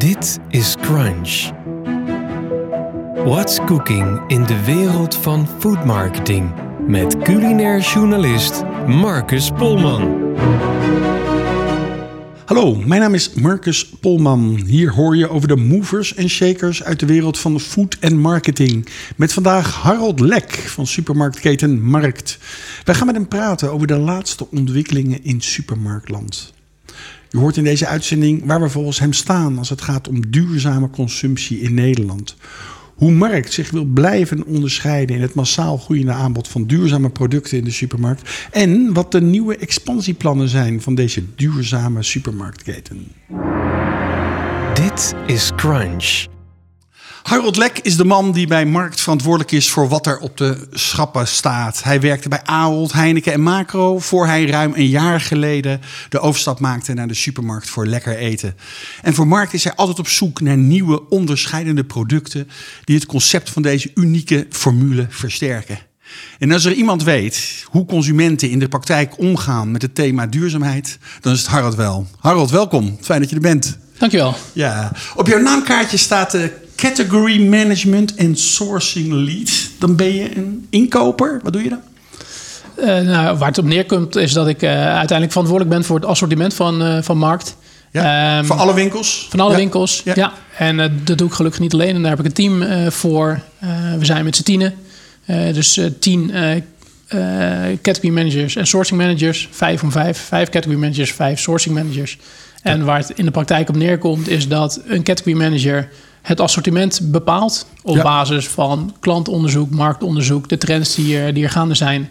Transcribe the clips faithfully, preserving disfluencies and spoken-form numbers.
Dit is Crunch. What's cooking in de wereld van foodmarketing? Met culinair journalist Marcus Polman. Hallo, mijn naam is Marcus Polman. Hier hoor je over de movers en shakers uit de wereld van de food en marketing. Met vandaag Harold Lek van supermarktketen Markt. Wij gaan met hem praten over de laatste ontwikkelingen in supermarktland. Je hoort in deze uitzending waar we volgens hem staan als het gaat om duurzame consumptie in Nederland. Hoe Markt zich wil blijven onderscheiden in het massaal groeiende aanbod van duurzame producten in de supermarkt. En wat de nieuwe expansieplannen zijn van deze duurzame supermarktketen. Dit is Crunch. Harold Lek is de man die bij Markt verantwoordelijk is voor wat er op de schappen staat. Hij werkte bij Ahold, Heineken en Macro voor hij ruim een jaar geleden de overstap maakte naar de supermarkt voor lekker eten. En voor Markt is hij altijd op zoek naar nieuwe onderscheidende producten die het concept van deze unieke formule versterken. En als er iemand weet hoe consumenten in de praktijk omgaan met het thema duurzaamheid, dan is het Harold wel. Harold, welkom. Fijn dat je er bent. Dankjewel. Ja, op jouw naamkaartje staat de Category Management en Sourcing Lead. Dan ben je een inkoper. Wat doe je dan? Uh, nou, waar het op neerkomt is dat ik uh, uiteindelijk verantwoordelijk ben voor het assortiment van, uh, van Markt. Ja, um, voor alle winkels? Van alle ja. winkels, ja. ja. En uh, dat doe ik gelukkig niet alleen. En daar heb ik een team uh, voor. Uh, we zijn met z'n tienen. Uh, dus uh, tien uh, uh, category managers en sourcing managers. Vijf om vijf. Vijf category managers, vijf sourcing managers. Ja. En waar het in de praktijk op neerkomt is dat een category manager het assortiment bepaalt op ja. basis van klantonderzoek, marktonderzoek, de trends die er, die er gaande zijn.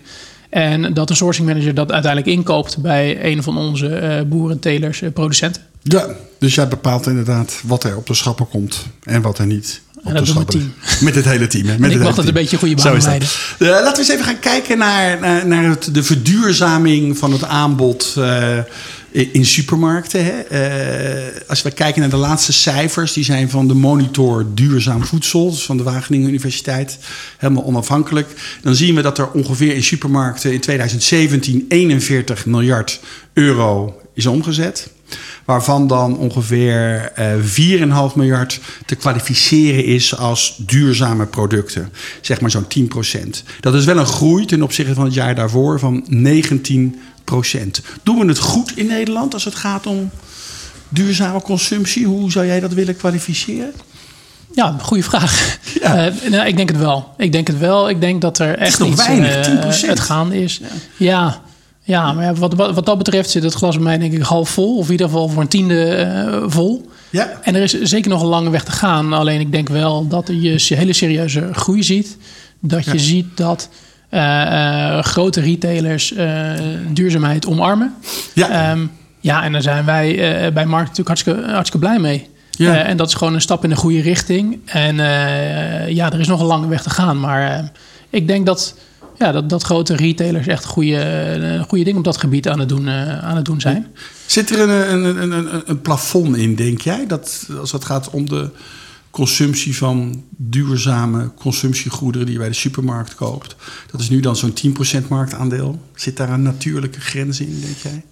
En dat de sourcing manager dat uiteindelijk inkoopt bij een van onze uh, boeren, telers, uh, producenten. Ja, dus jij bepaalt inderdaad wat er op de schappen komt en wat er niet. En dat doen we team. Met het hele team. Hè? Met en ik wacht het een beetje goede baan leiden. Uh, laten we eens even gaan kijken naar, naar, naar het, de verduurzaming van het aanbod uh, in supermarkten. Hè? Uh, als we kijken naar de laatste cijfers, die zijn van de Monitor Duurzaam Voedsel, dus van de Wageningen Universiteit, helemaal onafhankelijk. Dan zien we dat er ongeveer in supermarkten in twintig zeventien eenenveertig miljard euro is omgezet. Waarvan dan ongeveer uh, vier komma vijf miljard te kwalificeren is als duurzame producten. Zeg maar zo'n tien procent. Dat is wel een groei ten opzichte van het jaar daarvoor van negentien procent. Doen we het goed in Nederland als het gaat om duurzame consumptie? Hoe zou jij dat willen kwalificeren? Ja, goede vraag. Ja. Uh, nou, ik denk het wel. Ik denk het wel. Ik denk dat er echt iets weinig, tien procent. Uh, het gaande is. Ja. ja. Ja, maar wat, wat dat betreft zit het glas bij mij denk ik half vol. Of in ieder geval voor een tiende uh, vol. Ja. En er is zeker nog een lange weg te gaan. Alleen ik denk wel dat je hele serieuze groei ziet. Dat je ja. ziet dat uh, uh, grote retailers uh, duurzaamheid omarmen. Ja. Um, ja, en daar zijn wij uh, bij Markt natuurlijk hartstikke, hartstikke blij mee. Ja. Uh, en dat is gewoon een stap in de goede richting. En uh, ja, er is nog een lange weg te gaan. Maar uh, ik denk dat... Ja, dat, dat grote retailers echt goede, goede dingen op dat gebied aan het doen, uh, aan het doen zijn. Zit er een, een, een, een plafond in, denk jij? Dat als het gaat om de consumptie van duurzame consumptiegoederen die je bij de supermarkt koopt. Dat is nu dan zo'n tien procent marktaandeel. Zit daar een natuurlijke grens in, denk jij?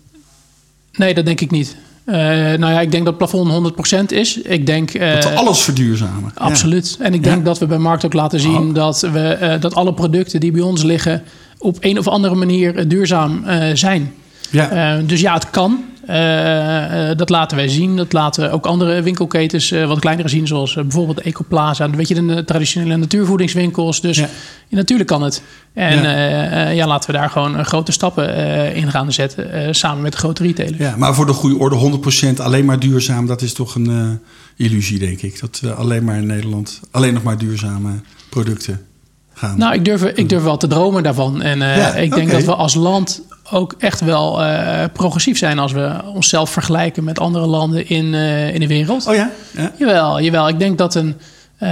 Nee, dat denk ik niet. Uh, nou ja, ik denk dat het plafond honderd procent is. Ik denk, uh, dat we alles verduurzamen. Absoluut. Ja. En ik denk ja. dat we bij Markt ook laten zien oh. dat, we, uh, dat alle producten die bij ons liggen op een of andere manier uh, duurzaam uh, zijn. Ja. Uh, dus ja, het kan. Uh, uh, dat laten wij zien. Dat laten ook andere winkelketens uh, wat kleinere zien, zoals uh, bijvoorbeeld Ecoplaza. Weet je, de traditionele natuurvoedingswinkels. Dus ja. Ja, natuurlijk kan het. En ja. Uh, ja, laten we daar gewoon uh, grote stappen uh, in gaan zetten, uh, samen met de grote retailers. Ja, maar voor de goede orde, honderd procent alleen maar duurzaam, dat is toch een uh, illusie, denk ik. Dat we alleen maar in Nederland alleen nog maar duurzame producten gaan. Nou, ik durf, ik durf wel te dromen daarvan. En uh, ja, ik denk okay. dat we als land ook echt wel uh, progressief zijn als we onszelf vergelijken met andere landen in, uh, in de wereld. Oh ja? ja? Jawel, jawel. Ik denk dat een... Uh,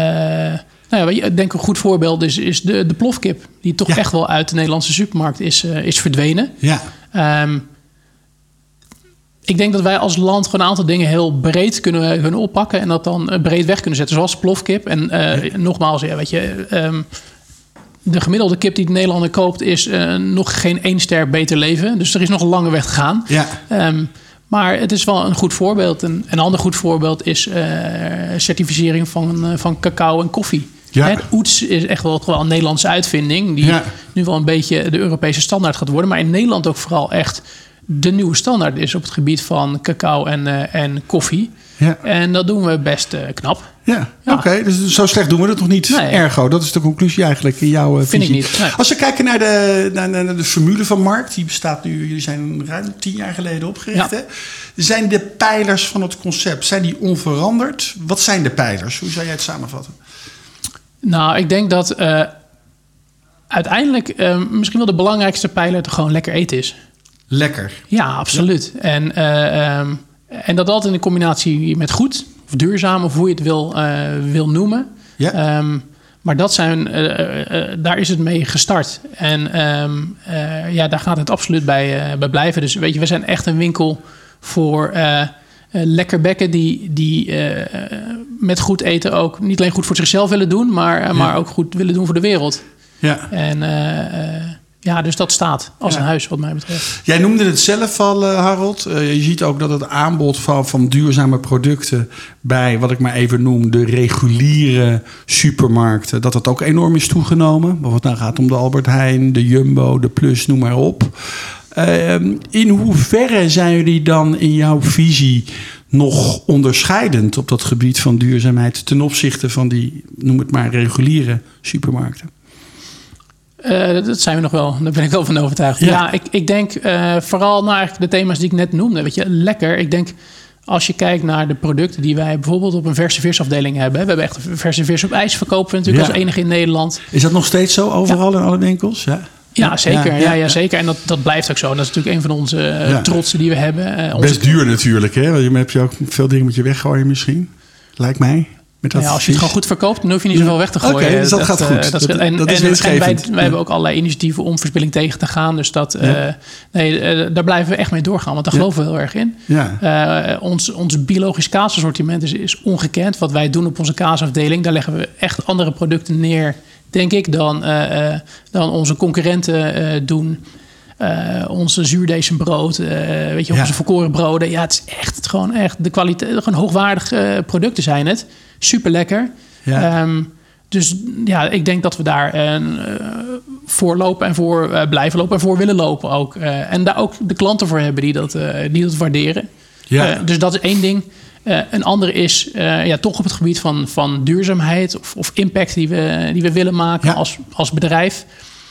nou ja, ik denk een goed voorbeeld is, is de, de plofkip. Die toch ja. echt wel uit de Nederlandse supermarkt is, uh, is verdwenen. Ja. Um, ik denk dat wij als land gewoon een aantal dingen heel breed kunnen, kunnen oppakken. En dat dan breed weg kunnen zetten. Zoals plofkip. En uh, ja. nogmaals, ja, weet je... Um, de gemiddelde kip die de Nederlander koopt is uh, nog geen één ster beter leven. Dus er is nog een lange weg te gaan. Ja. Um, Maar het is wel een goed voorbeeld. Een, een ander goed voorbeeld is uh, certificering van, uh, van cacao en koffie. Ja. Oets is echt wel, wel een Nederlandse uitvinding... die ja. nu wel een beetje de Europese standaard gaat worden... maar in Nederland ook vooral echt de nieuwe standaard is... op het gebied van cacao en, uh, en koffie. Ja. En dat doen we best uh, knap. Ja, ja. oké. Okay, dus zo slecht doen we het nog niet. Nee. Ergo, dat is de conclusie eigenlijk in jouw uh, Vind visie. ik niet. Nee. Als we kijken naar de, naar, naar de formule van Markt... die bestaat nu, jullie zijn ruim tien jaar geleden opgericht. Ja. Hè? Zijn de pijlers van het concept, zijn die onveranderd? Wat zijn de pijlers? Hoe zou jij het samenvatten? Nou, ik denk dat uh, uiteindelijk uh, misschien wel de belangrijkste pijler... toch gewoon lekker eten is. Lekker? Ja, absoluut. Ja. En, uh, um, en dat altijd in combinatie met goed... of duurzaam, of hoe je het wil, uh, wil noemen. Ja. Um, maar dat zijn, uh, uh, daar is het mee gestart. En um, uh, ja, daar gaat het absoluut bij, uh, bij blijven. Dus weet je, we zijn echt een winkel voor uh, uh, lekker bekken... die, die uh, met goed eten ook niet alleen goed voor zichzelf willen doen... maar, uh, ja. maar ook goed willen doen voor de wereld. Ja. En... Uh, uh, Ja, dus dat staat als ja. een huis wat mij betreft. Jij noemde het zelf al, uh, Harold. Uh, je ziet ook dat het aanbod van, van duurzame producten... bij wat ik maar even noem de reguliere supermarkten... dat dat ook enorm is toegenomen. Of het nou gaat om de Albert Heijn, de Jumbo, de Plus, noem maar op. Uh, in hoeverre zijn jullie dan in jouw visie... nog onderscheidend op dat gebied van duurzaamheid... ten opzichte van die, noem het maar, reguliere supermarkten? Uh, dat zijn we nog wel. Daar ben ik wel van overtuigd. Ja, ja ik, ik denk uh, vooral naar de thema's die ik net noemde. Weet je, lekker. Ik denk, als je kijkt naar de producten die wij bijvoorbeeld op een verse visafdeling hebben. We hebben echt een verse vis op ijs verkopen natuurlijk ja. als enige in Nederland. Is dat nog steeds zo overal ja. in alle winkels? Ja. Ja, zeker. Ja, ja, ja, zeker. En dat, dat blijft ook zo. Dat is natuurlijk een van onze uh, ja. trotsen die we hebben. Uh, Best duur natuurlijk, hè? Want je hebt je ook veel dingen moet je weggooien misschien. Lijkt mij. Met dat ja, als je het gewoon goed verkoopt, dan hoef je niet zoveel weg te gooien. Okay, dus dat, dat gaat goed. Uh, dat, dat, en, dat is en, en wij, wij ja. hebben ook allerlei initiatieven om verspilling tegen te gaan. Dus dat, ja. uh, nee, uh, daar blijven we echt mee doorgaan. Want daar ja. geloven we heel erg in. Ja. Uh, ons, ons biologisch kaasassortiment is, is ongekend. Wat wij doen op onze kaasafdeling, daar leggen we echt andere producten neer, denk ik, dan, uh, uh, dan onze concurrenten uh, doen. Uh, onze zuurdesembrood, uh, weet je, ja. onze volkoren broden. Ja, het is echt het gewoon echt de kwaliteit, gewoon hoogwaardige uh, producten zijn het. Super lekker. Ja. Um, dus ja, ik denk dat we daar uh, voor lopen en voor uh, blijven lopen en voor willen lopen ook. Uh, en daar ook de klanten voor hebben die dat, uh, die dat waarderen. Ja. Uh, dus dat is één ding. Uh, een andere is uh, ja, toch op het gebied van, van duurzaamheid of, of impact die we, die we willen maken ja. als, als bedrijf.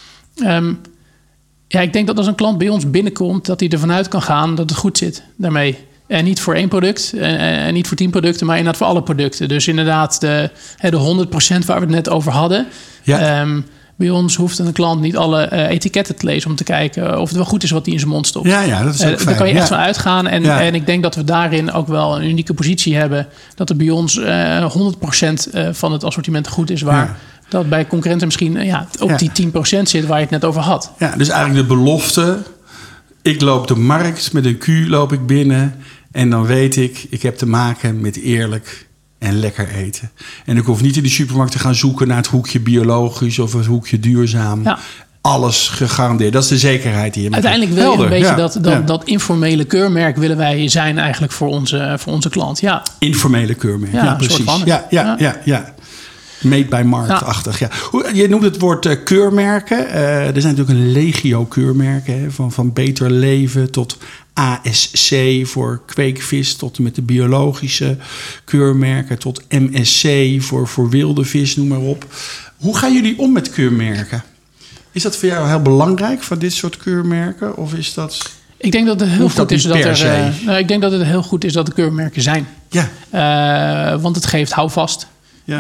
Um, ja, ik denk dat als een klant bij ons binnenkomt, dat hij ervan uit kan gaan dat het goed zit daarmee. En niet voor één product en, en niet voor tien producten, maar inderdaad voor alle producten. Dus inderdaad de, de honderd procent waar we het net over hadden. Ja. Um, bij ons hoeft een klant niet alle uh, etiketten te lezen om te kijken of het wel goed is wat hij in zijn mond stopt. Ja, ja, dat is ook uh, daar kan je echt ja. van uitgaan. En, ja. en ik denk dat we daarin ook wel een unieke positie hebben. Dat er bij ons uh, honderd procent van het assortiment goed is, waar... Ja. Dat bij concurrenten misschien ja, ook ja. die tien procent zit waar je het net over had. Ja, dus eigenlijk de belofte. Ik loop de markt, met een Q loop ik binnen. En dan weet ik, ik heb te maken met eerlijk en lekker eten. En ik hoef niet in de supermarkt te gaan zoeken naar het hoekje biologisch of het hoekje duurzaam. Ja. Alles gegarandeerd. Dat is de zekerheid die je met uiteindelijk wil je een beetje ja. dat, dat, ja. dat informele keurmerk willen wij zijn eigenlijk voor onze, voor onze klant. Ja. Informele keurmerk, ja, ja precies. Ja, ja, ja, ja, ja. Made by marktachtig, ja. ja. Je noemt het woord uh, keurmerken. Uh, er zijn natuurlijk een legio keurmerken. Hè, van, van Beter Leven tot A S C voor kweekvis... tot en met de biologische keurmerken... tot M S C voor, voor wilde vis, noem maar op. Hoe gaan jullie om met keurmerken? Is dat voor jou heel belangrijk, van dit soort keurmerken? Of is dat... Ik denk dat het heel goed is dat er. Uh, nou, ik denk dat het heel goed is dat de keurmerken zijn. Ja. Uh, want het geeft houvast.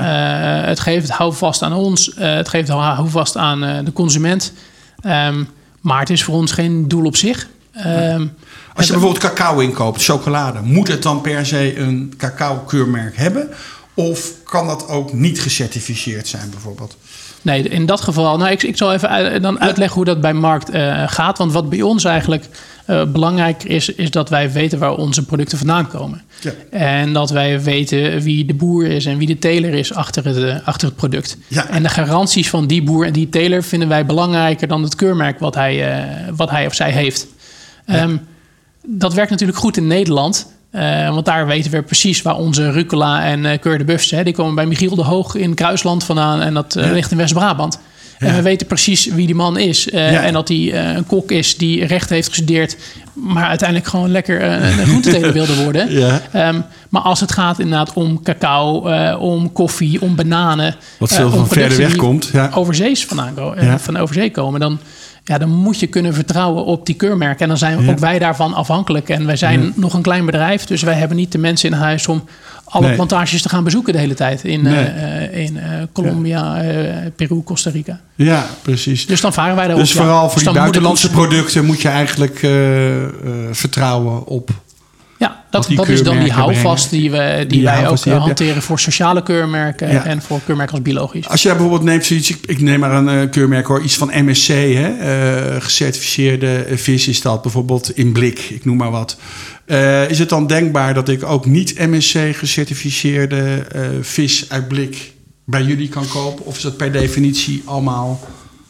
Ja. Uh, het geeft houvast aan ons. Uh, het geeft houvast aan uh, de consument. Um, maar het is voor ons geen doel op zich. Um, Als je bijvoorbeeld cacao inkoopt, chocolade, moet het dan per se een cacao-keurmerk hebben? Of kan dat ook niet gecertificeerd zijn, bijvoorbeeld? Nee, in dat geval... Nou, ik, ik zal even uit, dan uitleggen hoe dat bij Markt uh, gaat. Want wat bij ons eigenlijk uh, belangrijk is... is dat wij weten waar onze producten vandaan komen. Ja. En dat wij weten wie de boer is... en wie de teler is achter het, uh, achter het product. Ja. En de garanties van die boer en die teler... vinden wij belangrijker dan het keurmerk wat hij, uh, wat hij of zij heeft. Ja. Um, dat werkt natuurlijk goed in Nederland. Uh, want daar weten we precies waar onze rucola en uh, Keur de Buffs... Hè, die komen bij Michiel de Hoog in Kruisland vandaan... en dat uh, ja. ligt in West-Brabant. Ja. En we weten precies wie die man is. Uh, ja. En dat hij uh, een kok is die recht heeft gestudeerd... maar uiteindelijk gewoon lekker uh, een groenteteler wilde worden. Ja. Um, maar als het gaat inderdaad om cacao, uh, om koffie, om bananen... Wat veel uh, van verder weg komt. Ja. Overzees vandaan komen, uh, ja. van overzee komen... dan Ja, dan moet je kunnen vertrouwen op die keurmerken. En dan zijn ja. ook wij daarvan afhankelijk. En wij zijn ja. nog een klein bedrijf. Dus wij hebben niet de mensen in huis om alle nee. plantages te gaan bezoeken de hele tijd. In, nee. uh, in uh, Colombia, ja. uh, Peru, Costa Rica. Ja, precies. Dus dan varen wij daarop. Dus vooral ja. voor dus die buitenlandse producten moet je eigenlijk uh, uh, vertrouwen op... Ja, dat, dat is dan die houvast die, we, die, die wij ook die hanteren ja. voor sociale keurmerken ja. en voor keurmerken als biologisch. Als je daar bijvoorbeeld neemt, zoiets, ik, ik neem maar een uh, keurmerk hoor, iets van M S C, hè, uh, gecertificeerde vis is dat, bijvoorbeeld in blik, ik noem maar wat. Uh, is het dan denkbaar dat ik ook niet M S C gecertificeerde uh, vis uit blik bij jullie kan kopen? Of is dat per definitie allemaal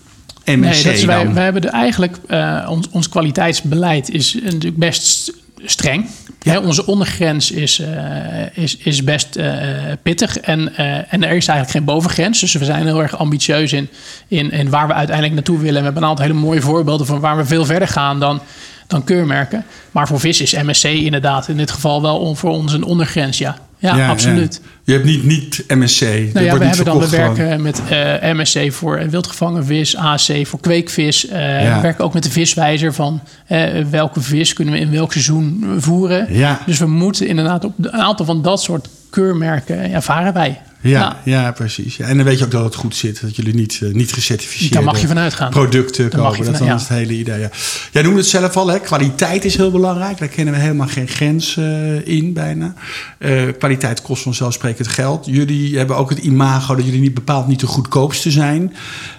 M S C? Nee, dat is, wij, wij hebben de, eigenlijk, uh, ons, ons kwaliteitsbeleid is natuurlijk best streng. Ja. Hè, onze ondergrens is, uh, is, is best uh, pittig. En, uh, en er is eigenlijk geen bovengrens. Dus we zijn heel erg ambitieus in, in, in waar we uiteindelijk naartoe willen. En we hebben een aantal hele mooie voorbeelden van waar we veel verder gaan dan, dan keurmerken. Maar voor vis is M S C inderdaad in dit geval wel voor ons een ondergrens, ja. Ja, ja, absoluut. Ja. Je hebt niet, niet M S C. Nou ja, we hebben dan we werken gewoon. met uh, M S C voor wildgevangen vis, A C voor kweekvis. Uh, ja. We werken ook met de viswijzer van uh, welke vis kunnen we in welk seizoen voeren. Ja. Dus we moeten inderdaad op een aantal van dat soort keurmerken ja, varen wij. Ja, ja. ja, precies. Ja. En dan weet je ook dat het goed zit. Dat jullie niet, uh, niet gecertificeerde Daar mag je vanuit gaan. producten kopen. Dat is dan ja. het hele idee. Ja. Jij noemde het zelf al. Hè? Kwaliteit is heel belangrijk. Daar kennen we helemaal geen grens uh, in bijna. Uh, kwaliteit kost vanzelfsprekend geld. Jullie hebben ook het imago dat jullie niet bepaald niet de goedkoopste zijn.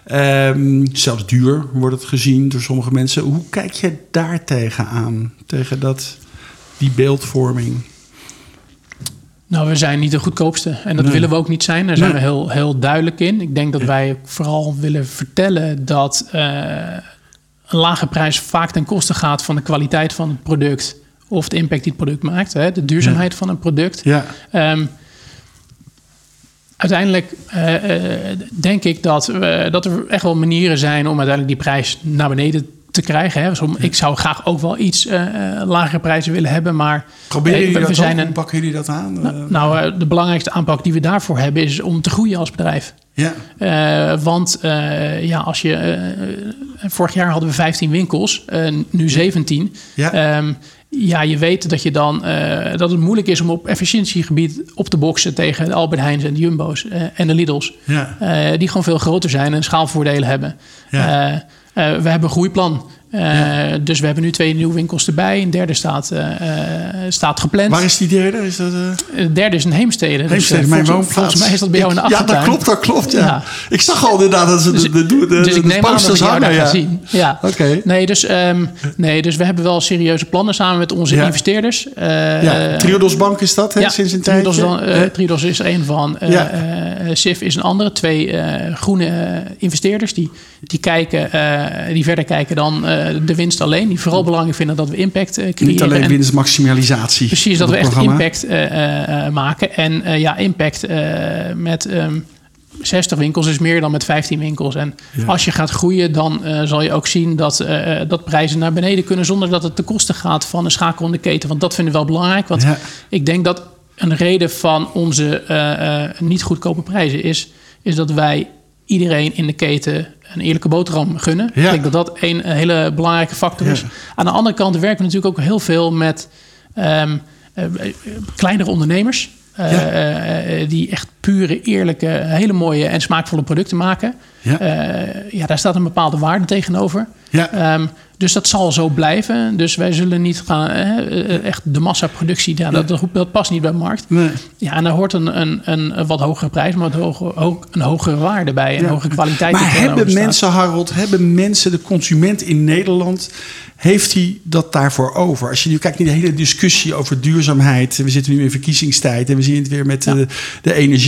Um, zelfs duur wordt het gezien door sommige mensen. Hoe kijk je daar tegenaan? Tegen dat, die beeldvorming? Nou, we zijn niet de goedkoopste. En dat nee. willen we ook niet zijn. Daar zijn nee. we heel, heel duidelijk in. Ik denk dat wij vooral willen vertellen dat uh, een lage prijs vaak ten koste gaat van de kwaliteit van het product of de impact die het product maakt. Hè? De duurzaamheid ja. van een product. Ja. Um, uiteindelijk uh, uh, denk ik dat, uh, dat er echt wel manieren zijn om uiteindelijk die prijs naar beneden te te krijgen. Hè. Dus ik zou graag ook wel iets uh, lagere prijzen willen hebben, maar... Proberen jullie we, we dat zijn een, een, pakken jullie dat aan? Nou, nou uh, de belangrijkste aanpak die we daarvoor hebben is om te groeien als bedrijf. Ja. Uh, want uh, ja, als je... Uh, vorig jaar hadden we vijftien winkels, uh, nu zeventien. Ja. Um, ja, je weet dat, je dan, uh, dat het moeilijk is om op efficiëntiegebied op te boksen tegen de Albert Heijns en de Jumbo's uh, en de Lidl's. Ja. Uh, die gewoon veel groter zijn en schaalvoordelen hebben. Ja. Uh, Uh, we hebben een groeiplan. Uh, ja. Dus we hebben nu twee nieuwe winkels erbij. Een derde staat, uh, staat gepland. Waar is die derde? Is dat, uh... De derde is een Heemstede. Heemstede, dus, uh, mijn volgens, volgens mij is dat bij jou in de achtertuin. Ja, dat klopt, dat klopt. Ja. Ja. Ik zag al inderdaad dat ze dus, de, de, de, de, dus ik de neem aan dat ik jou daar ja. ga zien. Ja. Okay. Nee, dus, um, nee, dus we hebben wel serieuze plannen samen met onze ja. investeerders. Uh, ja. Triodos Bank is dat, hè, ja, sinds een Triodos tijdje. Dan, uh, Triodos is er een van. Uh, ja. uh, S I F is een andere. Twee uh, groene uh, investeerders die, die, kijken, uh, die verder kijken dan uh, de winst alleen. Die vooral belangrijk vinden dat we impact uh, creëren. Niet alleen winstmaximalisatie. Precies, dat we echt programma. impact uh, uh, maken. En uh, ja, impact uh, met um, zestig winkels is meer dan met vijftien winkels. En ja. als je gaat groeien, dan uh, zal je ook zien dat, uh, dat prijzen naar beneden kunnen zonder dat het ten koste gaat van een schakelende keten. Want dat vinden we wel belangrijk. Want ja. ik denk dat een reden van onze uh, uh, niet goedkope prijzen is, is dat wij iedereen in de keten een eerlijke boterham gunnen. Ja. Ik denk dat dat een hele belangrijke factor is. Ja. Aan de andere kant werken we natuurlijk ook heel veel met um, uh, kleinere ondernemers. Uh, ja. uh, die echt pure, eerlijke, hele mooie en smaakvolle producten maken. Ja, uh, ja daar staat een bepaalde waarde tegenover. Ja. Um, dus dat zal zo blijven. Dus wij zullen niet gaan... Uh, echt de massaproductie, ja, dat, dat, dat past niet bij de markt. Nee. Ja, en daar hoort een, een, een wat hogere prijs, maar ook een hogere waarde bij. En ja. hogere kwaliteit. Maar hebben mensen, Harold, hebben mensen, de consument in Nederland, heeft hij dat daarvoor over? Als je nu kijkt naar de hele discussie over duurzaamheid. We zitten nu in verkiezingstijd en we zien het weer met ja. de, de energie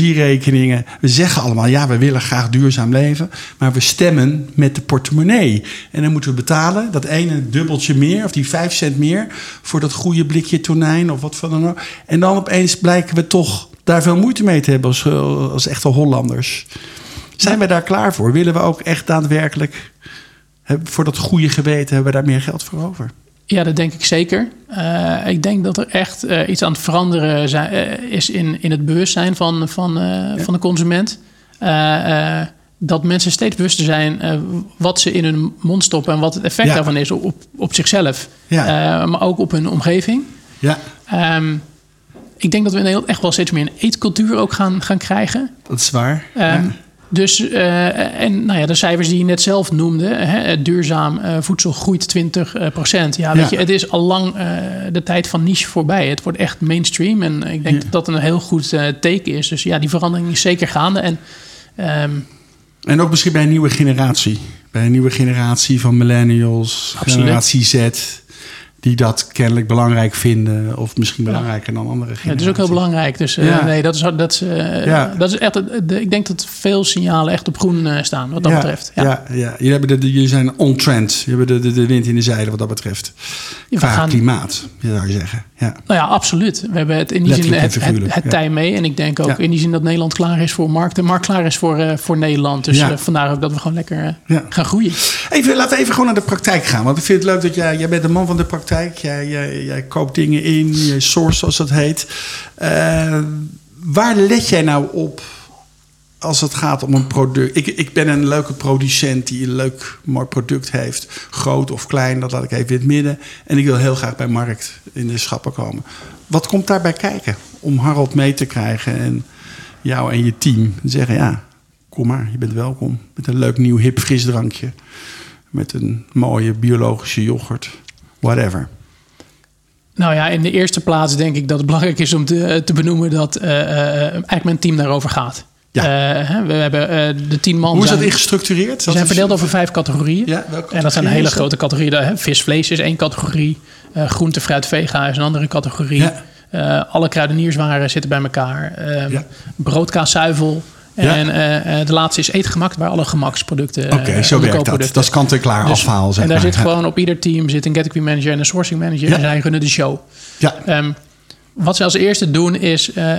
energierekeningen. We zeggen allemaal, ja, we willen graag duurzaam leven. Maar we stemmen met de portemonnee. En dan moeten we betalen dat ene dubbeltje meer... of die vijf cent meer voor dat goede blikje tonijn of wat van dan ook. En dan opeens blijken we toch daar veel moeite mee te hebben als, als echte Hollanders. Zijn we daar klaar voor? Willen we ook echt daadwerkelijk... voor dat goede geweten hebben we daar meer geld voor over? Ja, dat denk ik zeker. Uh, ik denk dat er echt uh, iets aan het veranderen zijn, uh, is in, in het bewustzijn van, van, uh, ja. van de consument. Uh, uh, dat mensen steeds bewuster zijn uh, wat ze in hun mond stoppen... en wat het effect ja. daarvan is op, op zichzelf. Ja. Uh, maar ook op hun omgeving. Ja. Um, ik denk dat we in Nederland echt wel steeds meer een eetcultuur ook gaan, gaan krijgen. Dat is waar. Um, ja. Dus, uh, en nou ja, de cijfers die je net zelf noemde, hè, duurzaam uh, voedsel groeit twintig procent. Ja, weet ja. je, het is al lang uh, de tijd van niche voorbij. Het wordt echt mainstream en ik denk ja. dat dat een heel goed uh, teken is. Dus ja, die verandering is zeker gaande. En, um, en ook misschien bij een nieuwe generatie. Bij een nieuwe generatie van millennials, absoluut. Generatie Z... die dat kennelijk belangrijk vinden... of misschien belangrijker ja. dan andere generaties. Ja, het is ook heel belangrijk. Dus uh, ja. nee, dat is, dat is, uh, ja. dat is echt... De, ik denk dat veel signalen echt op groen uh, staan, wat dat ja. betreft. Ja, ja, ja. Jullie, hebben de, de, jullie zijn on-trend. Je hebt de, de, de wind in de zeilen wat dat betreft. Ja, Qua gaan, klimaat, zou je zeggen. Ja. Nou ja, absoluut. We hebben het in die zin het, het, het ja. tij mee. En ik denk ook ja. in die zin dat Nederland klaar is voor markt... en markt klaar is voor, uh, voor Nederland. Dus ja. uh, vandaar ook dat we gewoon lekker uh, ja. gaan groeien. Even, laten we even gewoon naar de praktijk gaan. Want ik vind het leuk dat jij... Jij bent de man van de praktijk. Jij, jij, jij koopt dingen in. Je source, zoals dat heet. Uh, waar let jij nou op... als het gaat om een product? Ik, ik ben een leuke producent die een leuk, mooi product heeft. Groot of klein, dat laat ik even in het midden. En ik wil heel graag bij Markt in de schappen komen. Wat komt daarbij kijken? Om Harold mee te krijgen en jou en je team. En zeggen, ja, kom maar, je bent welkom. Met een leuk nieuw hip frisdrankje. Met een mooie biologische yoghurt. Whatever. Nou ja, in de eerste plaats denk ik dat het belangrijk is om te, te benoemen... dat uh, uh, eigenlijk mijn team daarover gaat. Ja. Uh, we hebben uh, de tien man. Hoe is zijn, dat ingestructureerd? Ze zijn verdeeld over vijf categorieën. Ja, en dat zijn hele grote categorieën. Hè? Vis, vlees is één categorie. Uh, groente, fruit, vega is een andere categorie. Ja. Uh, alle kruidenierswaren zitten bij elkaar. Uh, ja. Brood, kaas, zuivel. Ja. En uh, de laatste is Eetgemak, waar alle gemaksproducten... Oké, okay, uh, zo werkt dat. Dat is kant-en-klaar dus, afhaal, zeg En daar maar. zit gewoon op ieder team zit een category manager en een sourcing manager. Ja. En zij runnen de show. Ja. Um, wat ze als eerste doen is uh,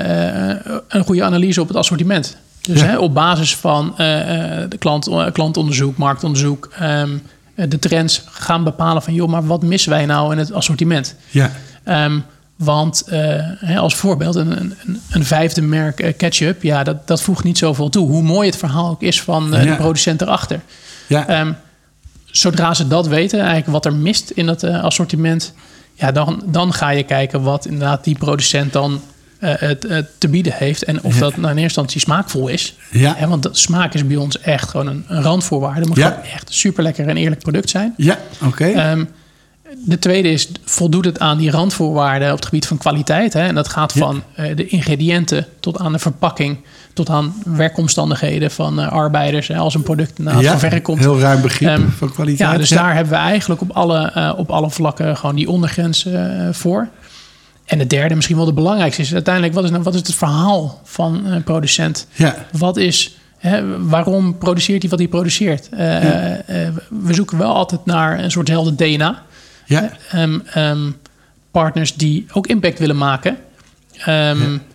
een goede analyse op het assortiment. Dus ja. hè, op basis van uh, de klant, uh, klantonderzoek, marktonderzoek... Um, de trends gaan bepalen van... joh, maar wat missen wij nou in het assortiment? Ja. Um, want uh, hè, als voorbeeld, een, een, een vijfde merk uh, ketchup... ja, dat, dat voegt niet zoveel toe. Hoe mooi het verhaal ook is van uh, ja. de producent erachter. Ja. Um, zodra ze dat weten, eigenlijk wat er mist in het uh, assortiment... ja, dan, dan ga je kijken wat inderdaad die producent dan... Uh, het, uh, te bieden heeft. En of ja. dat nou in eerste instantie smaakvol is. Ja. Hè, want smaak is bij ons echt gewoon een, een randvoorwaarde. Het moet ja. gewoon echt super lekker en eerlijk product zijn. Ja, oké. Okay. Um, de tweede is, voldoet het aan die randvoorwaarden op het gebied van kwaliteit? Hè? En dat gaat van ja. uh, de ingrediënten tot aan de verpakking... tot aan werkomstandigheden van uh, arbeiders... Hè, als een product naar ja, van verre komt. Heel ruim begrip um, van kwaliteit. Ja, dus ja. daar hebben we eigenlijk op alle, uh, op alle vlakken... gewoon die ondergrens uh, voor... En de derde, misschien wel de belangrijkste, is uiteindelijk... wat is, nou, wat is het verhaal van een producent? Ja. Wat is, hè, waarom produceert hij wat hij produceert? Uh, ja. uh, we zoeken wel altijd naar een soortzelfde D N A. Ja. Um, um, partners die ook impact willen maken. Um, ja.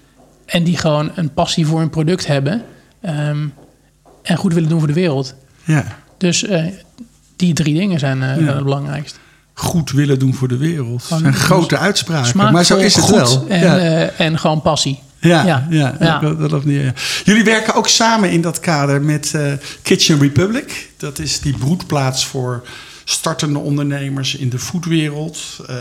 En die gewoon een passie voor een product hebben. Um, en goed willen doen voor de wereld. Ja. Dus uh, die drie dingen zijn uh, ja. het belangrijkste. Goed willen doen voor de wereld. Dat zijn grote uitspraken. Smaakvol, maar zo is het goed wel. En, ja. uh, en gewoon passie. Ja, ja. ja, ja. Dat, dat, dat, ja. Jullie werken ook samen in dat kader met uh, Kitchen Republic. Dat is die broedplaats voor startende ondernemers in de foodwereld. Uh,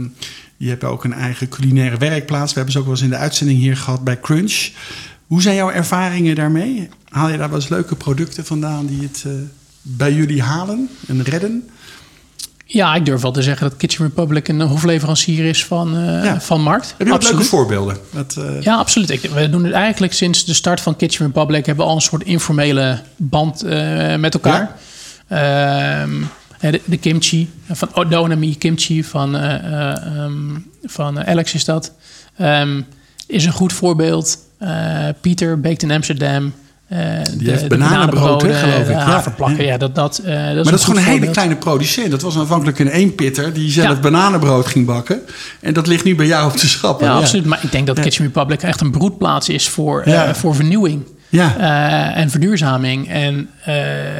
je hebt ook een eigen culinaire werkplaats. We hebben ze ook wel eens in de uitzending hier gehad bij Crunch. Hoe zijn jouw ervaringen daarmee? Haal je daar wel eens leuke producten vandaan die het uh, bij jullie halen en redden? Ja, ik durf wel te zeggen dat Kitchen Republic een hofleverancier is van, uh, ja. van Markt. Heb je ook leuke voorbeelden? Dat, uh... Ja, absoluut. Ik, we doen het eigenlijk sinds de start van Kitchen Republic... hebben we al een soort informele band uh, met elkaar. Ja. Uh, de, de kimchi, van Odonami Kimchi, van, uh, um, van Alex is dat. Um, is een goed voorbeeld Uh, Pieter, Baked in Amsterdam. Uh, die de, heeft bananenbrood, hè, geloof ik. Haverplakken, ja. ja dat, dat, uh, dat maar is dat is gewoon een hele voorbeeld. kleine producent. Dat was aanvankelijk een eenpitter die zelf ja. bananenbrood ging bakken. En dat ligt nu bij jou op de schappen. Ja, ja. absoluut. Maar ik denk dat ja. Kitchen Republic echt een broedplaats is voor, ja. uh, voor vernieuwing ja. uh, en verduurzaming. En uh,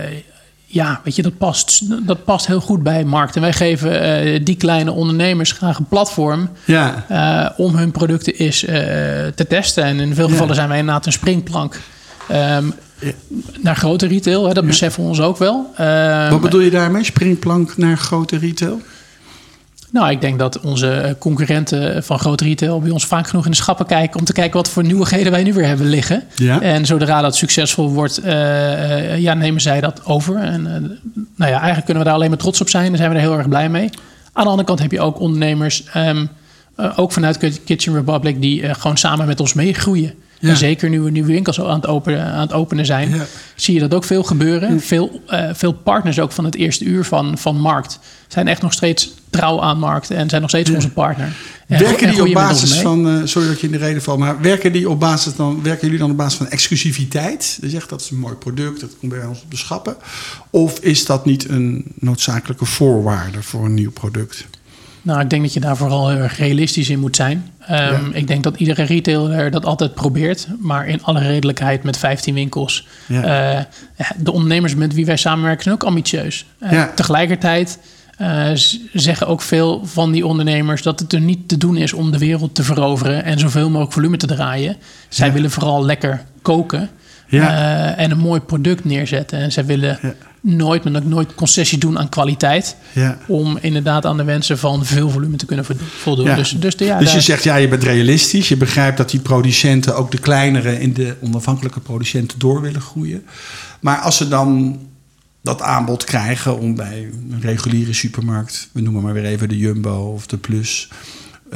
ja, weet je, dat past, dat past heel goed bij markt. En wij geven uh, die kleine ondernemers graag een platform ja. uh, om hun producten eens uh, te testen. En in veel gevallen ja. zijn wij inderdaad een springplank. Um, ja. Naar grote retail, hè, dat ja. beseffen we ons ook wel. Um, Wat bedoel je daarmee, springplank naar grote retail? Nou, ik denk dat onze concurrenten van grote retail bij ons vaak genoeg in de schappen kijken om te kijken wat voor nieuwigheden wij nu weer hebben liggen. Ja. En zodra dat succesvol wordt, uh, uh, ja, nemen zij dat over. En uh, nou ja, eigenlijk kunnen we daar alleen maar trots op zijn. Daar zijn we er heel erg blij mee. Aan de andere kant heb je ook ondernemers, um, uh, ook vanuit Kitchen Republic, die uh, gewoon samen met ons meegroeien. Ja. En zeker nu we nieuwe winkels aan het openen, aan het openen zijn, ja. zie je dat ook veel gebeuren. Ja. Veel, uh, veel partners ook van het eerste uur van, van Markt zijn echt nog steeds trouw aan Markt en zijn nog steeds ja. onze partner. En werken en die op basis van, uh, sorry dat je in de reden valt, maar werken die op basis dan, werken jullie dan op basis van exclusiviteit? Je zegt dat is een mooi product, dat komt bij ons op de schappen. Of is dat niet een noodzakelijke voorwaarde voor een nieuw product? Nou, ik denk dat je daar vooral heel erg realistisch in moet zijn. Um, ja. Ik denk dat iedere retailer dat altijd probeert. Maar in alle redelijkheid met vijftien winkels. Ja. Uh, de ondernemers met wie wij samenwerken zijn ook ambitieus. Uh, ja. Tegelijkertijd uh, zeggen ook veel van die ondernemers dat het er niet te doen is om de wereld te veroveren en zoveel mogelijk volume te draaien. Zij ja. willen vooral lekker koken. Ja. Uh, en een mooi product neerzetten. En zij willen ja. nooit, maar ook nooit concessie doen aan kwaliteit. Ja. Om inderdaad aan de wensen van veel volume te kunnen voldoen. Ja. Dus, dus, de, ja, dus daar... je zegt, ja, je bent realistisch. Je begrijpt dat die producenten, ook de kleinere in de onafhankelijke producenten, door willen groeien. Maar als ze dan dat aanbod krijgen om bij een reguliere supermarkt, we noemen maar weer even de Jumbo of de Plus, uh,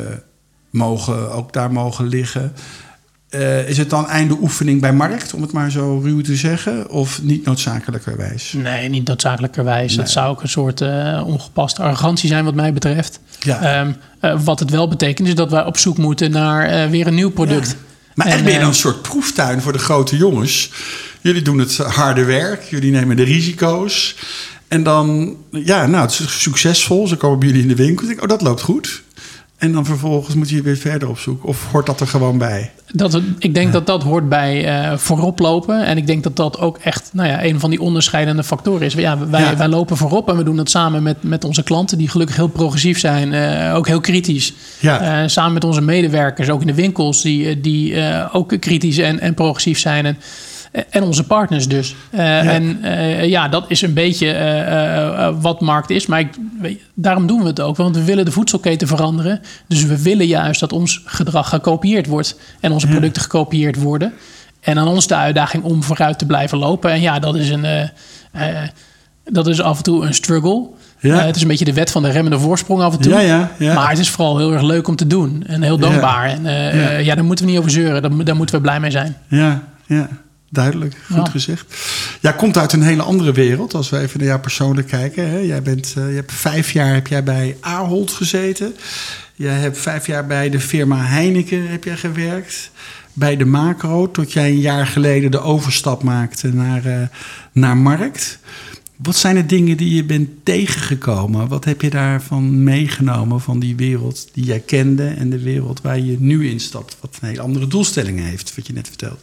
mogen, ook daar mogen liggen. Uh, is het dan einde oefening bij Markt, om het maar zo ruw te zeggen? Of niet noodzakelijkerwijs? Nee, niet noodzakelijkerwijs. Nee. Dat zou ook een soort uh, ongepaste arrogantie zijn wat mij betreft. Ja. Um, uh, wat het wel betekent is dat wij op zoek moeten naar uh, weer een nieuw product. Ja. Maar echt ben je dan een soort proeftuin voor de grote jongens? Jullie doen het harde werk, jullie nemen de risico's. En dan, ja, nou, het is succesvol. Ze komen bij jullie in de winkel. Ik denk, oh, dat loopt goed. En dan vervolgens moet je weer verder op zoek. Of hoort dat er gewoon bij? Dat, ik denk ja. dat dat hoort bij uh, voorop lopen. En ik denk dat dat ook echt nou ja, een van die onderscheidende factoren is. Ja, wij, ja. wij lopen voorop en we doen dat samen met, met onze klanten... die gelukkig heel progressief zijn, uh, ook heel kritisch. Ja. Uh, samen met onze medewerkers, ook in de winkels... die, die uh, ook kritisch en, en progressief zijn... En, En onze partners dus. Uh, ja. En uh, ja, dat is een beetje uh, uh, wat Markt is. Maar ik, daarom doen we het ook. Want we willen de voedselketen veranderen. Dus we willen juist dat ons gedrag gekopieerd wordt. En onze producten ja. gekopieerd worden. En aan ons de uitdaging om vooruit te blijven lopen. En ja, dat is, een, uh, uh, dat is af en toe een struggle. Ja. Uh, het is een beetje de wet van de remmende voorsprong af en toe. Ja, ja, ja. Maar het is vooral heel erg leuk om te doen. En heel dankbaar. Ja. En uh, ja. Uh, ja, daar moeten we niet over zeuren. Daar, daar moeten we blij mee zijn. Ja, ja. Duidelijk, goed ja. gezegd. Jij komt uit een hele andere wereld, als we even naar jou persoonlijk kijken. Hè? Jij bent, uh, je hebt vijf jaar heb jij bij Ahold gezeten. Jij hebt vijf jaar bij de firma Heineken heb jij gewerkt. Bij de Macro, tot jij een jaar geleden de overstap maakte naar, uh, naar Markt. Wat zijn de dingen die je bent tegengekomen? Wat heb je daarvan meegenomen van die wereld die jij kende... en de wereld waar je nu instapt? Wat een hele andere doelstellingen heeft, wat je net vertelde.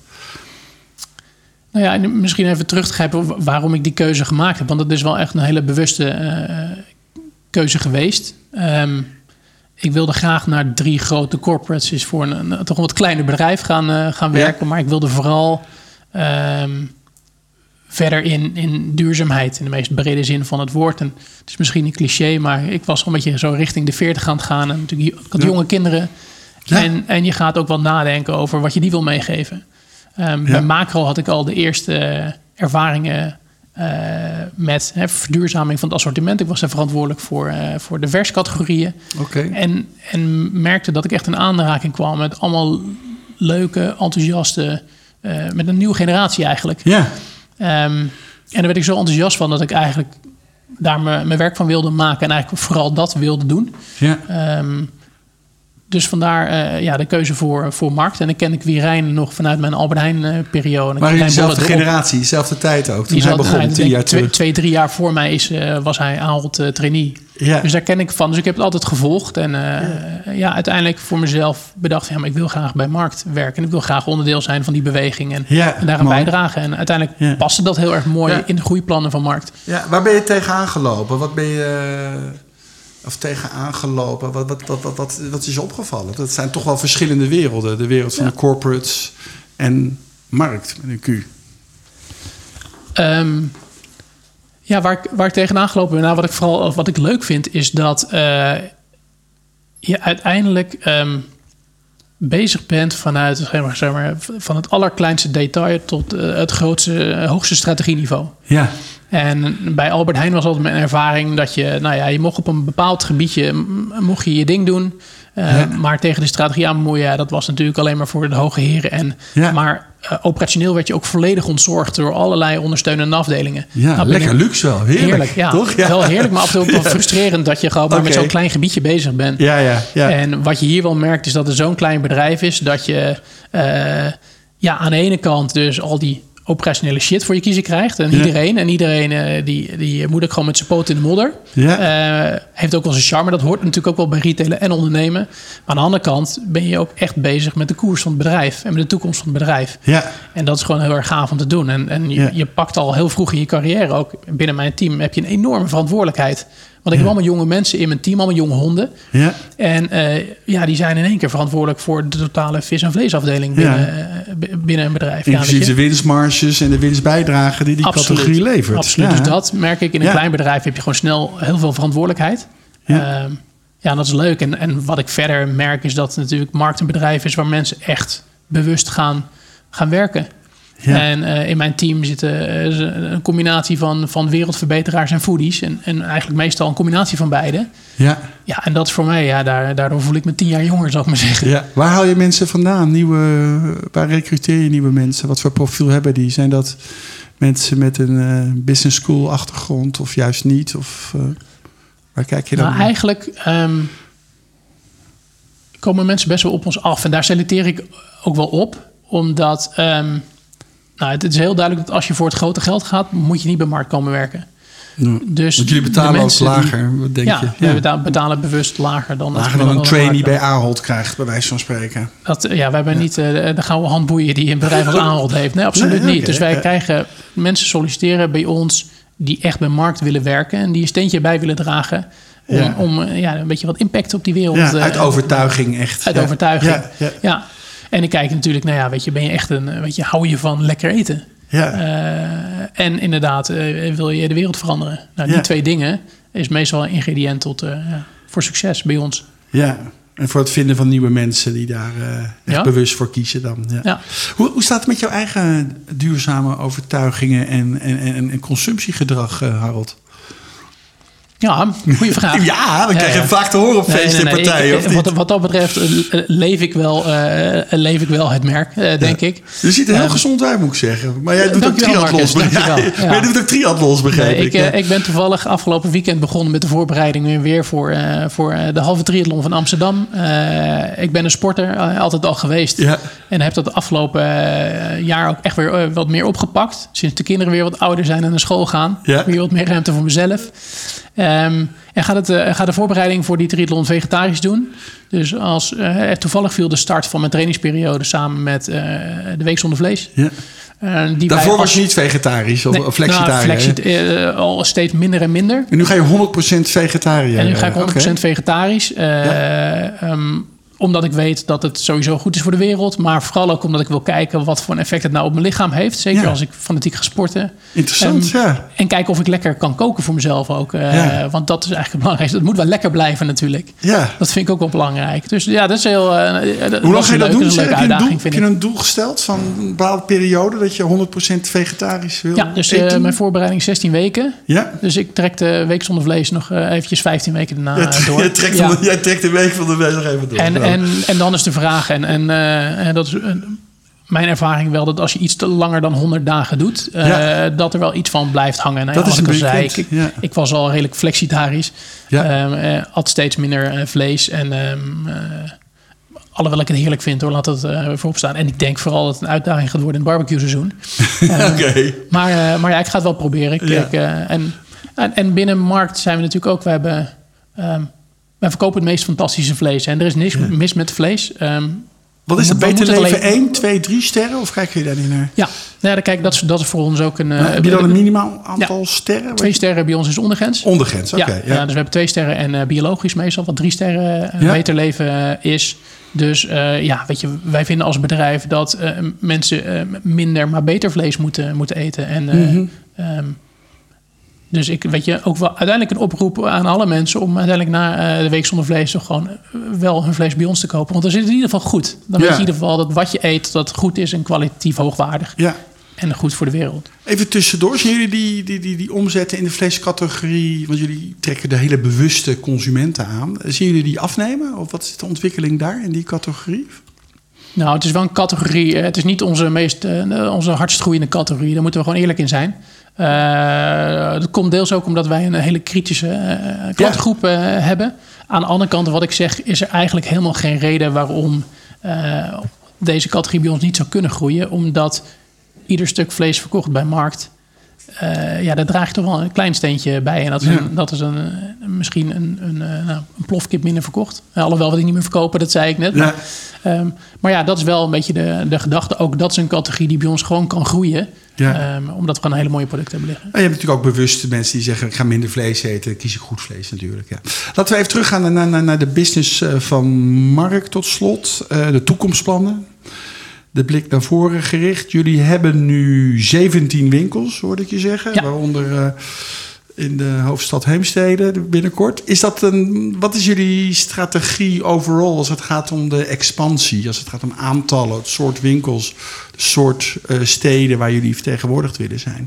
Nou ja, en misschien even terug te grijpen waarom ik die keuze gemaakt heb. Want dat is wel echt een hele bewuste uh, keuze geweest. Um, ik wilde graag naar drie grote corporates... Dus voor een, een toch een wat kleiner bedrijf gaan, uh, gaan werken. Ja. Maar ik wilde vooral um, verder in, in duurzaamheid... in de meest brede zin van het woord. En het is misschien een cliché, maar ik was gewoon een beetje zo richting de veertig aan het gaan. En natuurlijk, ik had ja. jonge kinderen. Ja. En, en je gaat ook wel nadenken over wat je die wil meegeven. Um, ja. Bij Macro had ik al de eerste uh, ervaringen uh, met hè, verduurzaming van het assortiment. Ik was daar verantwoordelijk voor, uh, voor de verscategorieën. Okay. En, en merkte dat ik echt in aanraking kwam met allemaal leuke, enthousiaste... Uh, met een nieuwe generatie eigenlijk. Ja. Um, en daar werd ik zo enthousiast van dat ik eigenlijk daar mijn, mijn werk van wilde maken... en eigenlijk vooral dat wilde doen. Ja. Um, Dus vandaar uh, ja, de keuze voor, voor markt. En ik ken de Quirijn nog vanuit mijn Albert Heijn uh, periode. Maar in dezelfde generatie, dezelfde tijd ook. Toen hij begon, tien jaar twee, twee, drie jaar voor mij is, uh, was hij Ahold uh, trainee. Ja. Dus daar ken ik van. Dus ik heb het altijd gevolgd. En uh, ja. ja, uiteindelijk voor mezelf bedacht... ja, maar ik wil graag bij markt werken. En ik wil graag onderdeel zijn van die beweging. En, ja, en daaraan mooi. bijdragen. En uiteindelijk ja. paste dat heel erg mooi ja. in de groeiplannen van markt. Ja, waar ben je tegenaan gelopen? Wat ben je... Uh... Of tegenaan gelopen? Wat, wat, wat, wat, wat, wat is je opgevallen? Dat zijn toch wel verschillende werelden. De wereld van ja. de corporates en markt met een Q. Um, ja, waar ik, waar ik tegenaan gelopen ben... Nou, wat ik vooral wat ik leuk vind... is dat uh, je uiteindelijk um, bezig bent... vanuit zeg maar, zeg maar, van het allerkleinste detail... tot uh, het grootste, uh, hoogste strategieniveau. Ja. En bij Albert Heijn was altijd mijn ervaring dat je, nou ja, je mocht op een bepaald gebiedje mocht je je ding doen, uh, ja. maar tegen de strategie aan bemoeien, dat was natuurlijk alleen maar voor de hoge heren. En ja. maar uh, operationeel werd je ook volledig ontzorgd door allerlei ondersteunende afdelingen. Ja, nou, lekker luxe wel, heerlijk, heerlijk ja, toch? Ja. Wel heerlijk, maar af en toe ook wel ja. frustrerend dat je gewoon maar okay. met zo'n klein gebiedje bezig bent. Ja, ja, ja. En wat je hier wel merkt is dat het zo'n klein bedrijf is dat je, uh, ja, aan de ene kant dus al die operationele shit voor je kiezen krijgt. En ja. iedereen. En iedereen uh, die, die moet ook gewoon met zijn poot in de modder. Ja. Uh, heeft ook wel zijn charme. Dat hoort natuurlijk ook wel bij retailen en ondernemen. Maar aan de andere kant ben je ook echt bezig met de koers van het bedrijf. En met de toekomst van het bedrijf. Ja. En dat is gewoon heel erg gaaf om te doen. En, en je, ja. je pakt al heel vroeg in je carrière ook. Binnen mijn team heb je een enorme verantwoordelijkheid. Want ik ja. heb allemaal jonge mensen in mijn team, allemaal jonge honden. Ja. En uh, ja, die zijn in één keer verantwoordelijk voor de totale vis- en vleesafdeling binnen, ja. uh, binnen een bedrijf. Inclusief ja, de winstmarges en de winstbijdrage die die Absoluut. categorie levert. Absoluut, ja. dus dat merk ik. In een ja. klein bedrijf heb je gewoon snel heel veel verantwoordelijkheid. Ja, uh, ja dat is leuk. En, en wat ik verder merk is dat natuurlijk markt een bedrijf is waar mensen echt bewust gaan, gaan werken. Ja. En uh, in mijn team zit uh, een combinatie van, van wereldverbeteraars en foodies. En, en eigenlijk meestal een combinatie van beide. Ja. Ja, en dat is voor mij, ja, daar, daardoor voel ik me tien jaar jonger, zou ik maar zeggen. Ja. Waar haal je mensen vandaan? Nieuwe, waar recruteer je nieuwe mensen? Wat voor profiel hebben die? Zijn dat mensen met een uh, business school achtergrond of juist niet? Of uh, waar kijk je dan nou, naar? Eigenlijk um, komen mensen best wel op ons af. En daar selecteer ik ook wel op. Omdat... Um, Nou, het is heel duidelijk dat als je voor het grote geld gaat, moet je niet bij markt komen werken. Ja. Dus want jullie betalen ook lager, die, denk ja, je? Ja, we betalen, betalen bewust lager dan... Lager dan een trainee bij Ahold krijgt, bij wijze van spreken. Dat, ja, wij hebben ja. niet uh, de gouden handboeien die een bedrijf als Ahold heeft. Nee, absoluut nee, okay, niet. Dus wij ja. krijgen mensen solliciteren bij ons die echt bij markt willen werken en die een steentje bij willen dragen. Om, ja. om ja, een beetje wat impact op die wereld... Ja, uit uh, overtuiging echt. Uit ja. overtuiging, ja. ja. ja. En ik kijk natuurlijk, nou ja, weet je, ben je echt een, weet je, hou je van lekker eten? Ja. Uh, en inderdaad, uh, wil je de wereld veranderen? Nou, die ja. twee dingen is meestal een ingrediënt tot, uh, ja, voor succes bij ons. Ja, en voor het vinden van nieuwe mensen die daar uh, echt ja. bewust voor kiezen dan. Ja. Ja. Hoe, hoe staat het met jouw eigen duurzame overtuigingen en, en, en, en consumptiegedrag, uh, Harold? Ja, goede vraag. Ja, dan krijg je ja, vaak te horen op nee, feesten nee, nee, en partijen. Ik, wat, wat dat betreft uh, leef, ik wel, uh, leef ik wel het merk, uh, denk ja. ik. Je ziet er heel um, gezond uit, moet ik zeggen. Maar jij doet ook triathlons, begrijp ik. Ja. Maar jij doet ook triathlons, begrijp nee, ik. Ik, uh, ik ben toevallig afgelopen weekend begonnen met de voorbereidingen weer voor, uh, voor de halve triathlon van Amsterdam. Uh, ik ben een sporter, uh, altijd al geweest. Ja. En heb dat de afgelopen uh, jaar ook echt weer uh, wat meer opgepakt. Sinds de kinderen weer wat ouder zijn en naar school gaan. Ja. Weer wat meer ruimte voor mezelf. Um, en gaat, het, uh, gaat de voorbereiding voor die triathlon vegetarisch doen. Dus als uh, toevallig viel de start van mijn trainingsperiode samen met uh, de Week Zonder Vlees. Ja. Uh, die Daarvoor was je niet vegetarisch of nee, flexitariër? Nou, flexi- uh, al steeds minder en minder. En nu ga je honderd procent vegetariër? En nu ga ik honderd procent okay. vegetarisch. Uh, ja. um, omdat ik weet dat het sowieso goed is voor de wereld. Maar vooral ook omdat ik wil kijken wat voor een effect het nou op mijn lichaam heeft. Zeker ja. als ik fanatiek ga sporten. Interessant, um, ja. En kijken of ik lekker kan koken voor mezelf ook. Uh, ja. Want dat is eigenlijk het belangrijkste. Het moet wel lekker blijven natuurlijk. Ja. Dat vind ik ook wel belangrijk. Dus ja, dat is heel... Uh, Hoe lang ga je dat doen? Een leuke heb, je doel, heb je een doel gesteld van een bepaalde periode... dat je honderd procent vegetarisch wil Ja, dus uh, mijn voorbereiding zestien weken. Ja. Dus ik trek de Week Zonder Vlees nog uh, eventjes vijftien weken daarna ja, t- door. Jij trekt, ja. de, jij trekt de Week van de Vlees nog even door. En, nou. en, en dan is de vraag... En, en, uh, en dat is... Uh, mijn ervaring wel dat als je iets te langer dan honderd dagen doet... Uh, ja. dat er wel iets van blijft hangen. Nou, dat ja, is een ik, zei, ik, ja. ik was al redelijk flexitarisch. Ja. Um, uh, had steeds minder uh, vlees. En um, uh, Alhoewel ik het heerlijk vind, hoor, laat dat uh, voorop staan. En ik denk vooral dat het een uitdaging gaat worden in het barbecue seizoen. uh, okay. Maar, uh, maar ja, ik ga het wel proberen. Ik, ja. ik, uh, en, en, en binnen markt zijn we natuurlijk ook... We hebben, um, wij verkopen het meest fantastische vlees. En er is niks ja. mis met vlees. Um, Wat is het? Beter leven alleen... één, twee, drie sterren? Of kijk je daar niet naar? Ja, nou ja kijk, dat, is, dat is voor ons ook een... Uh, heb je dan een minimaal aantal ja, sterren? Twee sterren bij ons is ondergrens. Ondergrens, oké. Okay, ja, ja. ja, dus we hebben twee sterren en uh, biologisch meestal. Wat drie sterren uh, ja. beter leven uh, is... Dus uh, ja, weet je, wij vinden als bedrijf dat uh, mensen uh, minder, maar beter vlees moeten, moeten eten. En, uh, mm-hmm. um, dus ik weet je ook wel uiteindelijk een oproep aan alle mensen om uiteindelijk na uh, de week zonder vlees toch gewoon wel hun vlees bij ons te kopen. Want dan zit het in ieder geval goed. Dan ja. weet je in ieder geval dat wat je eet, dat goed is en kwalitatief hoogwaardig. Ja. En goed voor de wereld. Even tussendoor, zien jullie die, die, die, die omzetten in de vleescategorie? Want jullie trekken de hele bewuste consumenten aan. Zien jullie die afnemen? Of wat is de ontwikkeling daar in die categorie? Nou, het is wel een categorie. Het is niet onze, meest, uh, onze hardst groeiende categorie. Daar moeten we gewoon eerlijk in zijn. Uh, dat komt deels ook omdat wij een hele kritische uh, klantengroep uh, hebben. Aan de andere kant, wat ik zeg, is er eigenlijk helemaal geen reden waarom uh, deze categorie bij ons niet zou kunnen groeien. Omdat ieder stuk vlees verkocht bij markt, uh, ja, daar draag je toch wel een klein steentje bij. En dat is, ja. een, dat is een, een, misschien een, een, nou, een plofkip minder verkocht. Uh, alhoewel we die niet meer verkopen, dat zei ik net. Ja. Maar, um, maar ja, dat is wel een beetje de, de gedachte. Ook dat is een categorie die bij ons gewoon kan groeien. Ja. Um, omdat we gewoon hele mooie producten hebben liggen. En je hebt natuurlijk ook bewuste mensen die zeggen, ik ga minder vlees eten. Kies ik goed vlees natuurlijk. Ja. Laten we even teruggaan naar, naar, naar de business van Mark tot slot. Uh, de toekomstplannen. De blik naar voren gericht. Jullie hebben nu zeventien winkels, hoorde ik je zeggen. Ja. Waaronder uh, in de hoofdstad Heemstede binnenkort. Is dat een, wat is jullie strategie overal als het gaat om de expansie? Als het gaat om aantallen, het soort winkels, het soort uh, steden waar jullie vertegenwoordigd willen zijn?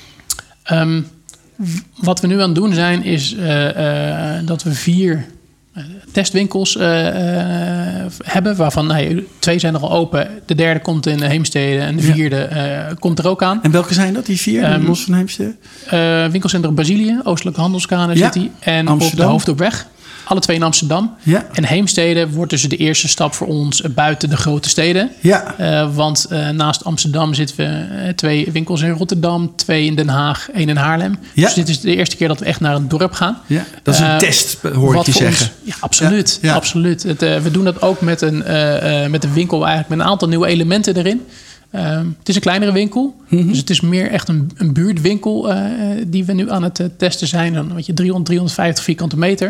Um, wat we nu aan het doen zijn, is uh, uh, dat we vier testwinkels uh, uh, hebben, waarvan nee, twee zijn er al open. De derde komt in Heemstede en de vierde uh, komt er ook aan. En welke zijn dat, die vier, um, los van Heemstede? Uh, winkelcentrum Brazilië, Oostelijke Handelskade ja. zit die. En Amsterdam. Op de Hoofddorpweg. Alle twee in Amsterdam. Ja. En Heemstede wordt dus de eerste stap voor ons buiten de grote steden. Ja. Uh, want uh, naast Amsterdam zitten we uh, twee winkels in Rotterdam, twee in Den Haag, één in Haarlem. Ja. Dus dit is de eerste keer dat we echt naar een dorp gaan. Ja. Dat is een uh, test, hoor ik je zeggen. Ons, ja, absoluut. Ja. Ja. absoluut. Het, uh, we doen dat ook met een, uh, uh, met een winkel eigenlijk met een aantal nieuwe elementen erin. Uh, het is een kleinere winkel. Mm-hmm. Dus het is meer echt een, een buurtwinkel uh, die we nu aan het uh, testen zijn. Dan weet je, driehonderd, driehonderdvijftig vierkante meter.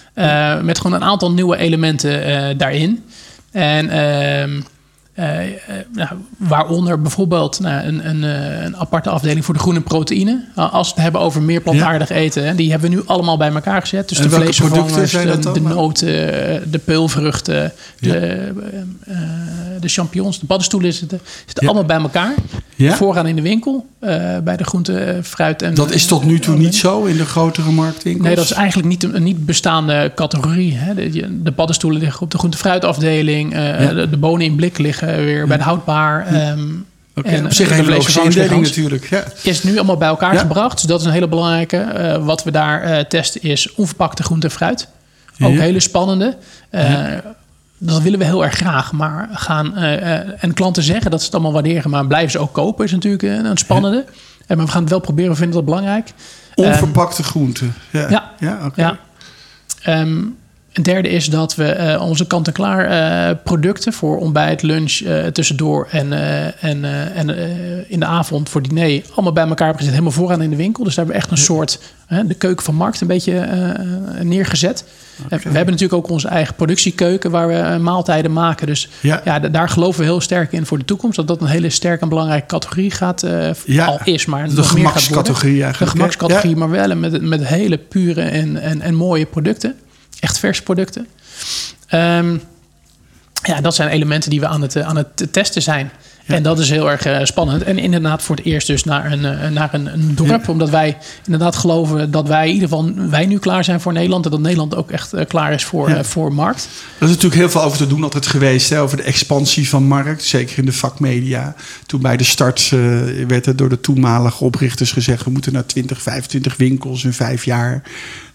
Uh, met gewoon een aantal nieuwe elementen uh, daarin. En uh, uh, uh, nou, waaronder bijvoorbeeld nou, een, een, een aparte afdeling voor de groene proteïne. Uh, als we het hebben over meer plantaardig ja. eten. Hè, die hebben we nu allemaal bij elkaar gezet. Dus en de vleesvervangers, de, de noten, de peulvruchten, ja. de, uh, de champignons, de paddenstoelen zitten, zitten ja. allemaal bij elkaar. Ja? Vooraan in de winkel, uh, bij de groente, fruit en... Dat is tot nu toe uh, niet zo in de grotere marktwinkels? Nee, dat is eigenlijk niet een niet bestaande categorie. Hè. De, de paddenstoelen liggen op de groente-fruitafdeling. Uh, ja. de, de bonen in blik liggen weer ja. bij de houtbaar. Ja. Um, Okay, en op zich een logische indeling natuurlijk. Ja. Is nu allemaal bij elkaar ja. gebracht. Dus dat is een hele belangrijke. Uh, wat we daar uh, testen is onverpakte groente en fruit. Ook ja. hele spannende. Uh, ja. Dat willen we heel erg graag. Maar gaan uh, uh, en klanten zeggen dat ze het allemaal waarderen, maar blijven ze ook kopen is natuurlijk uh, een spannende. Ja. Uh, maar we gaan het wel proberen. We vinden dat belangrijk. Onverpakte um, groenten. Ja. Ja. Ja, okay. ja. Um, Een derde is dat we uh, onze kant-en-klaar uh, producten voor ontbijt, lunch, uh, tussendoor en, uh, en, uh, en uh, in de avond voor diner allemaal bij elkaar hebben gezet, helemaal vooraan in de winkel. Dus daar hebben we echt een soort uh, de keuken van markt een beetje uh, neergezet. Okay. We hebben natuurlijk ook onze eigen productiekeuken waar we uh, maaltijden maken. Dus ja. Ja, d- daar geloven we heel sterk in voor de toekomst. Dat dat een hele sterke en belangrijke categorie gaat, uh, ja. al is, maar de nog meer gaat worden. Gemakscategorie De gemakscategorie, ja. maar wel met, met hele pure en, en, en mooie producten. Echt verse producten. Um, ja, dat zijn elementen die we aan het, aan het testen zijn. Ja. En dat is heel erg uh, spannend. En inderdaad voor het eerst dus naar een, uh, naar een, een dorp. Ja. Omdat wij inderdaad geloven dat wij in ieder geval wij nu klaar zijn voor Nederland. En dat Nederland ook echt uh, klaar is voor, ja. uh, voor markt. Er is natuurlijk heel veel over te doen altijd geweest. Hè, over de expansie van markt. Zeker in de vakmedia. Toen bij de start uh, werd er door de toenmalige oprichters gezegd, we moeten naar twintig, vijfentwintig winkels in vijf jaar.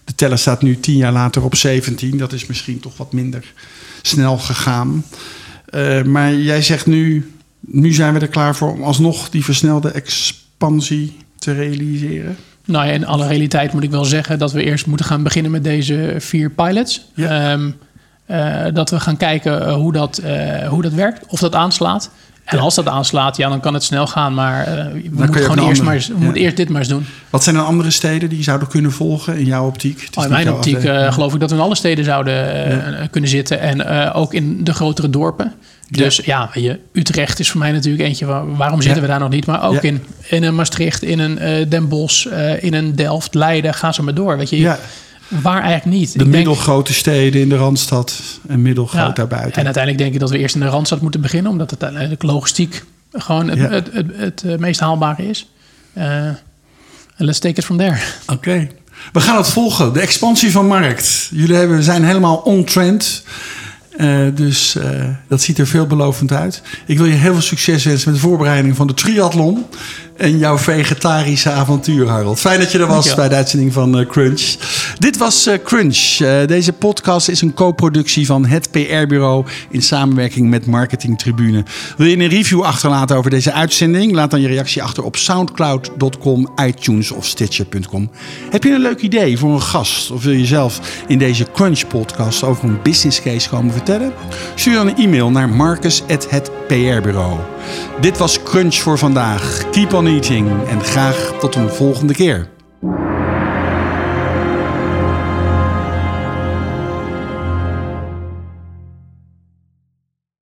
De teller staat nu tien jaar later op zeventien. Dat is misschien toch wat minder snel gegaan. Uh, maar jij zegt nu, nu zijn we er klaar voor om alsnog die versnelde expansie te realiseren? Nou ja, in alle realiteit moet ik wel zeggen dat we eerst moeten gaan beginnen met deze vier pilots. Ja. Um, uh, dat we gaan kijken hoe dat, uh, hoe dat werkt, of dat aanslaat. En ja. als dat aanslaat, ja, dan kan het snel gaan. Maar uh, we moeten gewoon eerst, maar eens, we ja. moeten eerst dit maar eens doen. Wat zijn dan andere steden die zouden kunnen volgen in jouw optiek? Oh, in mijn optiek uh, geloof ik dat we in alle steden zouden uh, ja. kunnen zitten. En uh, ook in de grotere dorpen. Dus ja, ja je, Utrecht is voor mij natuurlijk eentje. Waar, waarom zitten ja. we daar nog niet? Maar ook ja. in, in een Maastricht, in een uh, Den Bosch, uh, in een Delft, Leiden. Gaan ze maar door. Weet je, ja. waar eigenlijk niet. De ik middelgrote denk, steden in de Randstad en middelgroot ja, daarbuiten. En uiteindelijk denk ik dat we eerst in de Randstad moeten beginnen. Omdat het uiteindelijk logistiek gewoon het, ja. het, het, het, het meest haalbare is. Uh, let's take it from there. Oké. Okay. We gaan het volgen. De expansie van markt. Jullie hebben, zijn helemaal on-trend. Uh, dus uh, dat ziet er veelbelovend uit. Ik wil je heel veel succes wensen met de voorbereiding van de triathlon. En jouw vegetarische avontuur, Harold. Fijn dat je er was bij de uitzending van uh, Crunch. Dit was uh, Crunch. Uh, deze podcast is een co-productie van het P R-bureau in samenwerking met Marketing Tribune. Wil je een review achterlaten over deze uitzending? Laat dan je reactie achter op soundcloud punt com, iTunes of Stitcher punt com. Heb je een leuk idee voor een gast? Of wil je zelf in deze Crunch-podcast over een business case komen vertellen? Stuur dan een e-mail naar marcus at het P R-bureau. Dit was Crunch voor vandaag. Keep on eating en graag tot een volgende keer.